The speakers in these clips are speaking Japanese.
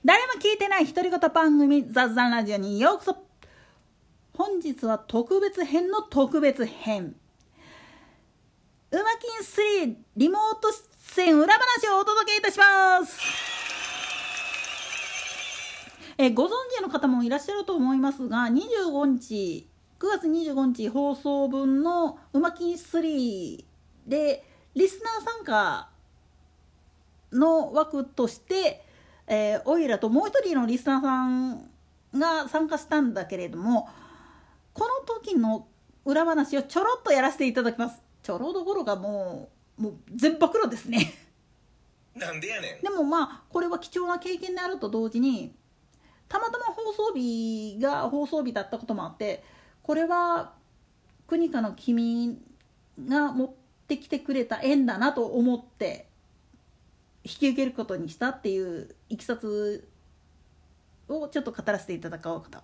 誰も聞いてない独り言番組雑談ラジオにようこそ。本日は特別編の特別編、ウマキン3リモート出演裏話をお届けいたします。ご存知の方もいらっしゃると思いますが、9月25日放送分のウマキン3でリスナー参加の枠としてオイラともう一人のリスナーさんが参加したんだけれども、この時の裏話をちょろっとやらせていただきます。ちょろどころかもう全暴露ですね。 なんでやねん。 でもこれは貴重な経験であると同時に、たまたま放送日が放送日だったこともあって、これは国家の君が持ってきてくれた縁だなと思って引き受けることにしたっていういきさつをちょっと語らせていただこうかと。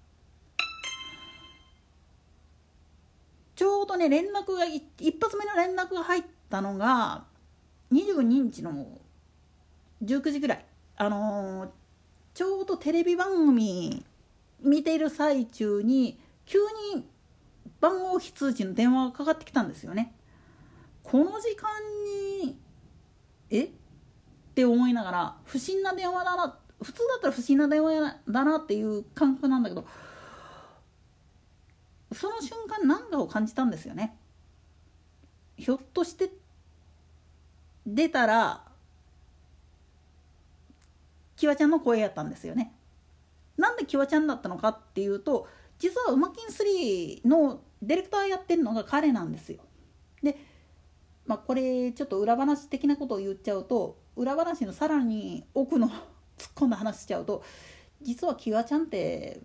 ちょうどね、一発目の連絡が入ったのが22日の19時ぐらい、ちょうどテレビ番組見ている最中に急に番号非通知の電話がかかってきたんですよね。この時間にって思いながら、不審な電話だな、普通だったら不審な電話だなっていう感覚なんだけど、その瞬間何かを感じたんですよね。ひょっとして出たらキワちゃんの声やったんですよね。なんでキワちゃんだったのかっていうと、実はウマキン3のディレクターやってるのが彼なんですよ。で、これちょっと裏話的なことを言っちゃうと、裏話のさらに奥の突っ込んだ話しちゃうと、実はキワちゃんって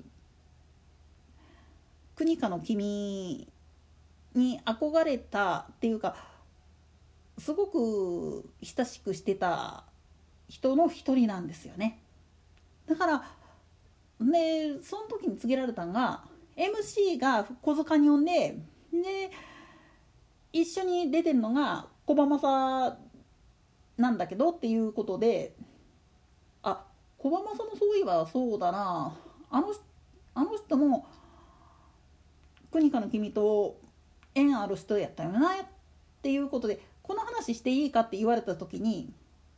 国家の君に憧れたっていうか、すごく親しくしてた人の一人なんですよね。だからね、その時に告げられたのが、 MC が小塚に呼んで、一緒に出てるのが小馬正なんだけどっていうことで、小馬正もそういえばそうだな、あの人も国家の君と縁ある人やったよなっていうことで、この話していいかって言った時に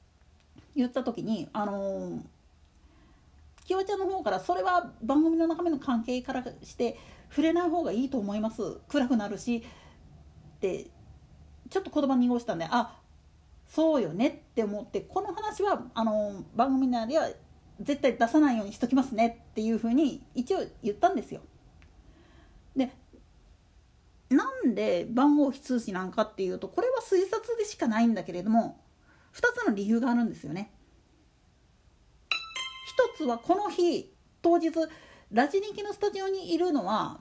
キワちゃんの方から、それは番組の中身の関係からして触れない方がいいと思います、暗くなるしってちょっと言葉濁したんで、そうよねって思って、この話は番組内では絶対出さないようにしときますねっていうふうに一応言ったんですよ。で、なんで番号非通知なんかっていうと、これは推察でしかないんだけれども、2つの理由があるんですよね。一つは、この日当日ラジニキのスタジオにいるのは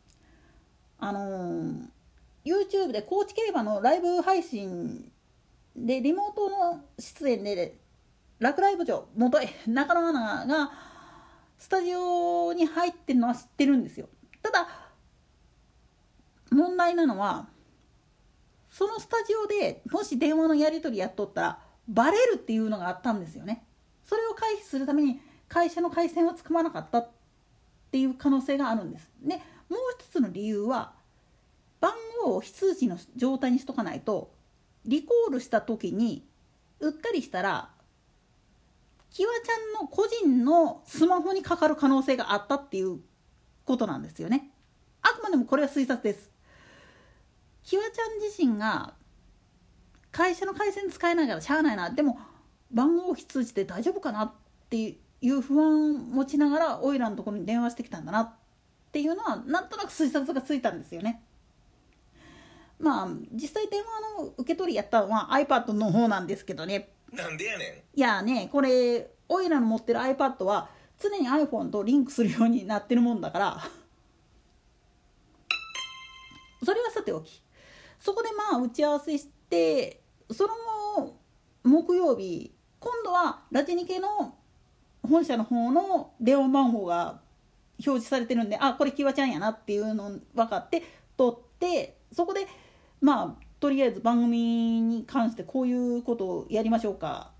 YouTube で高知競馬のライブ配信でリモートの出演で落雷部長元中野アナがスタジオに入ってるのは知ってるんですよ。ただ問題なのは、そのスタジオでもし電話のやり取りやっとったらバレるっていうのがあったんですよね。それを回避するために会社の回線はつかまなかったっていう可能性があるんです。で、もう一つの理由は、番号を非通知の状態にしとかないと、リコールした時にうっかりしたらキワちゃんの個人のスマホにかかる可能性があったっていうことなんですよね。あくまでもこれは推察です。キワちゃん自身が会社の回線使えないからしゃあないな、でも番号非通知で大丈夫かなっていう不安を持ちながらオイラのところに電話してきたんだなっていうのはなんとなく推察がついたんですよね。実際電話の受け取りやったのは iPad の方なんですけどね。 なんでやねん。 いやね、これオイラの持ってる iPad は常に iPhone とリンクするようになってるもんだからそれはさておき、そこで打ち合わせして、その後木曜日、今度はラジニケの本社の方の電話番号が表示されてるんで、これキワちゃんやなっていうの分かって取って、そこでとりあえず番組に関してこういうことをやりましょうか、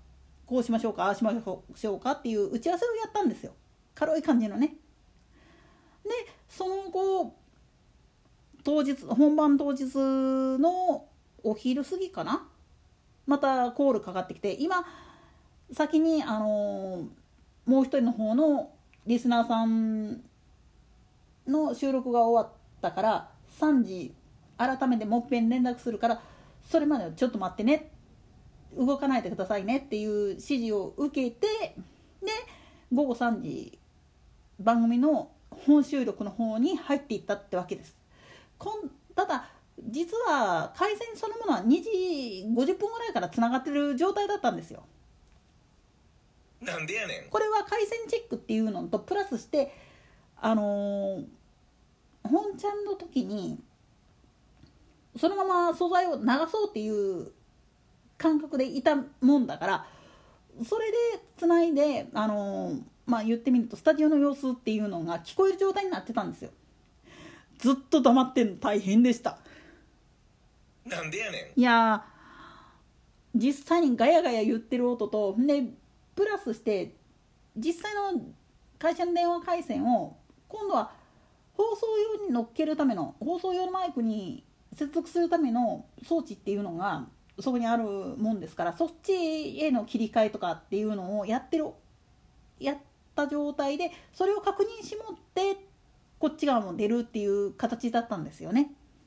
こうしましょうかああしましょうかっていう打ち合わせをやったんですよ。軽い感じのね。でその後本番当日のお昼過ぎかな、またコールかかってきて、今先にもう一人の方のリスナーさんの収録が終わったから3時改めてもっぺん連絡するからそれまではちょっと待ってね、動かないでくださいねっていう指示を受けて、で午後3時番組の本収録の方に入っていったってわけです。ただ実は回線そのものは2時50分ぐらいからつながってる状態だったんですよ。 なんでやねん。 これは回線チェックっていうのとプラスして本ちゃんの時にそのまま素材を流そうっていう感覚でいたもんだから、それでつないで言ってみるとスタジオの様子っていうのが聞こえる状態になってたんですよ。ずっと黙ってんの大変でした。 なんでやねん。いや実際にガヤガヤ言ってる音とでプラスして実際の会社の電話回線を今度は放送用に乗っけるための放送用のマイクに接続するための装置っていうのがそこにあるもんですから、そっちへの切り替えとかっていうのをやった状態でそれを確認しもってこっち側も出るっていう形だったんですよね。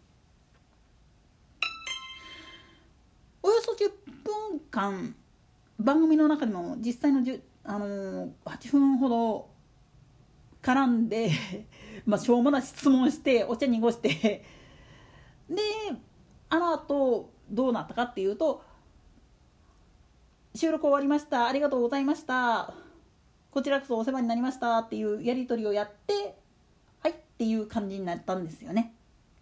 およそ10分間番組の中でも実際の8分ほど絡んでしょうもな質問してお茶濁してであの後どうなったかっていうと、収録終わりました、ありがとうございました、こちらこそお世話になりましたっていうやり取りをやってはいっていう感じになったんですよね。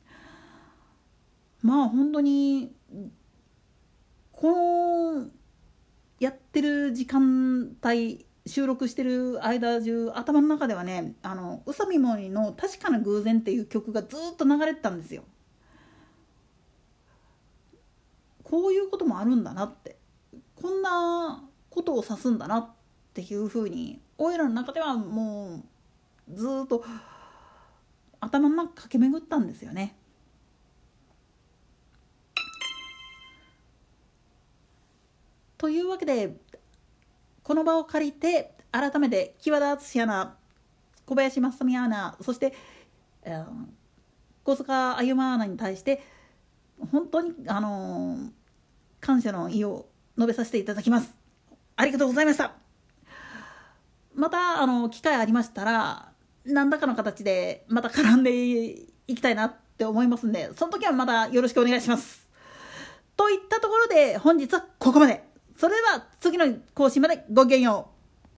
本当にこのやってる時間帯収録してる間中頭の中ではね宇佐美森の確かな偶然っていう曲がずっと流れてたんですよ。こういうこともあるんだなって、こんなことを指すんだなっていうふうにおいらの中ではもうずっと頭の中駆け巡ったんですよね。というわけでこの場を借りて改めて木和田敦アナ、小林正美アナ、そして小塚歩アナに対して本当に感謝の意を述べさせていただきます。ありがとうございました。また機会ありましたら何らかの形でまた絡んでいきたいなって思いますんで、その時はまたよろしくお願いします。といったところで本日はここまで。それでは次の更新までごきげんよう。